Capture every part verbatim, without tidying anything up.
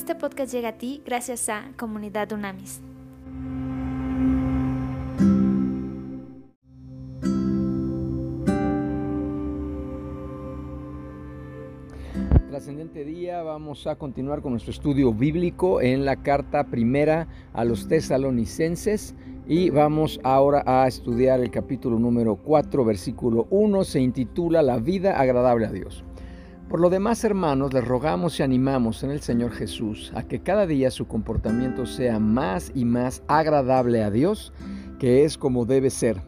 Este podcast llega a ti gracias a Comunidad Dunamis. Trascendente día, vamos a continuar con nuestro estudio bíblico en la carta primera a los tesalonicenses y vamos ahora a estudiar el capítulo número cuatro, versículo uno, se intitula La vida agradable a Dios. Por lo demás, hermanos, les rogamos y animamos en el Señor Jesús a que cada día su comportamiento sea más y más agradable a Dios, que es como debe ser,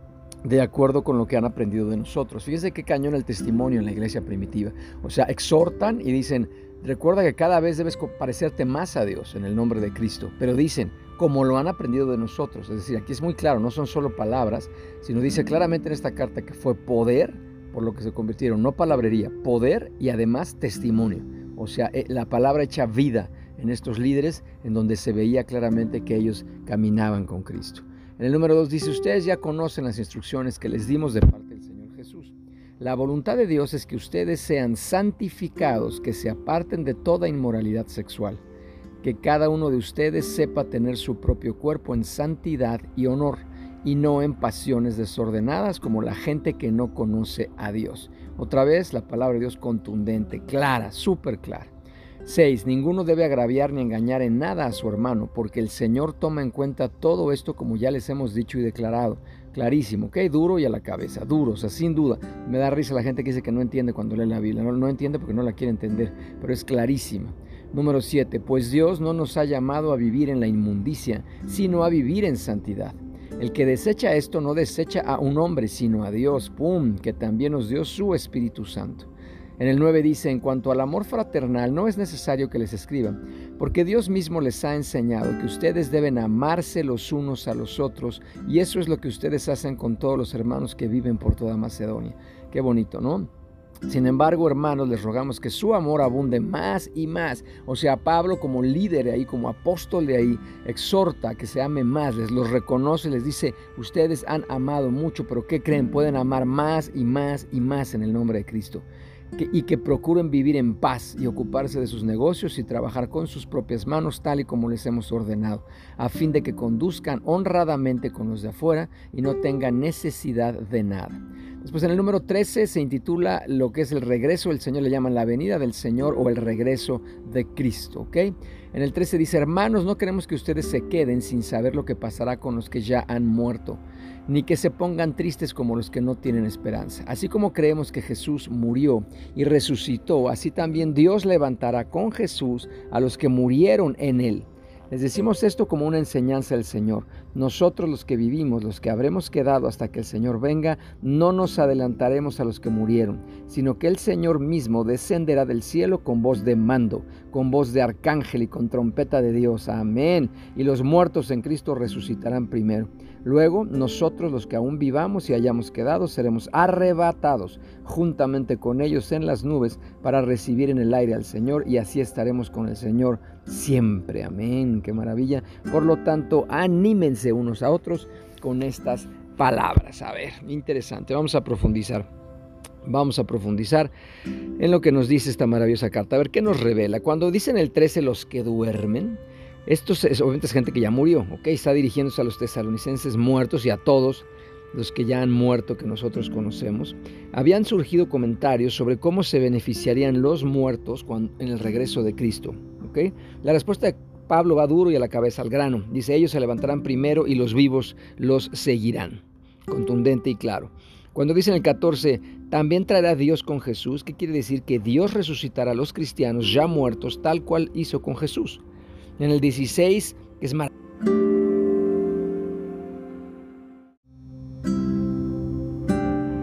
de acuerdo con lo que han aprendido de nosotros. Fíjense qué cañón el testimonio en la iglesia primitiva. O sea, exhortan y dicen, recuerda que cada vez debes parecerte más a Dios en el nombre de Cristo. Pero dicen, como lo han aprendido de nosotros. Es decir, aquí es muy claro, no son solo palabras, sino dice claramente en esta carta que fue poder por lo que se convirtieron, no palabrería, poder y además testimonio. O sea, la palabra hecha vida en estos líderes, en donde se veía claramente que ellos caminaban con Cristo. En el número dos dice, ustedes ya conocen las instrucciones que les dimos de parte del Señor Jesús. La voluntad de Dios es que ustedes sean santificados, que se aparten de toda inmoralidad sexual, que cada uno de ustedes sepa tener su propio cuerpo en santidad y honor, y no en pasiones desordenadas como la gente que no conoce a Dios. Otra vez la palabra de Dios contundente, clara, súper clara. seis. Ninguno debe agraviar ni engañar en nada a su hermano, porque el Señor toma en cuenta todo esto como ya les hemos dicho y declarado. Clarísimo, ¿ok? Duro y a la cabeza, duro, o sea, sin duda. Me da risa la gente que dice que no entiende cuando lee la Biblia. No, no entiende porque no la quiere entender, pero es clarísima. Número siete. Pues Dios no nos ha llamado a vivir en la inmundicia, sino a vivir en santidad. El que desecha esto no desecha a un hombre, sino a Dios, ¡pum!, que también nos dio su Espíritu Santo. En el nueve dice, en cuanto al amor fraternal, no es necesario que les escriban, porque Dios mismo les ha enseñado que ustedes deben amarse los unos a los otros, y eso es lo que ustedes hacen con todos los hermanos que viven por toda Macedonia. Qué bonito, ¿no? Sin embargo, hermanos, les rogamos que su amor abunde más y más. O sea, Pablo como líder de ahí, como apóstol de ahí, exhorta a que se ame más, les los reconoce, les dice, ustedes han amado mucho, pero ¿qué creen? Pueden amar más y más y más en el nombre de Cristo. Que, y que procuren vivir en paz y ocuparse de sus negocios y trabajar con sus propias manos tal y como les hemos ordenado, a fin de que conduzcan honradamente con los de afuera y no tengan necesidad de nada. Después en el número trece se intitula lo que es el regreso del Señor, le llaman la venida del Señor o el regreso de Cristo, ¿ok? En el trece dice, hermanos, no queremos que ustedes se queden sin saber lo que pasará con los que ya han muerto, ni que se pongan tristes como los que no tienen esperanza. Así como creemos que Jesús murió y resucitó, así también Dios levantará con Jesús a los que murieron en él. Les decimos esto como una enseñanza del Señor. Nosotros los que vivimos, los que habremos quedado hasta que el Señor venga, no nos adelantaremos a los que murieron, sino que el Señor mismo descenderá del cielo con voz de mando, con voz de arcángel y con trompeta de Dios. Amén. Y los muertos en Cristo resucitarán primero. Luego, nosotros los que aún vivamos y hayamos quedado, seremos arrebatados juntamente con ellos en las nubes para recibir en el aire al Señor y así estaremos con el Señor siempre. Amén. Qué maravilla. Por lo tanto, anímense unos a otros con estas palabras. A ver, interesante. Vamos a profundizar. Vamos a profundizar en lo que nos dice esta maravillosa carta. A ver, ¿qué nos revela? Cuando dice en el trece los que duermen, esto es, obviamente es gente que ya murió, ¿ok? Está dirigiéndose a los tesalonicenses muertos y a todos los que ya han muerto que nosotros conocemos. Habían surgido comentarios sobre cómo se beneficiarían los muertos cuando, en el regreso de Cristo, ¿ok? La respuesta de Pablo va duro y a la cabeza al grano. Dice, ellos se levantarán primero y los vivos los seguirán. Contundente y claro. Cuando dice en el catorce, también traerá Dios con Jesús, ¿qué quiere decir? Que Dios resucitará a los cristianos ya muertos tal cual hizo con Jesús. En el dieciséis, que es maravilloso.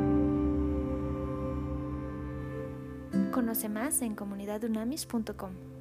Conoce más en comunidad dunamis punto com.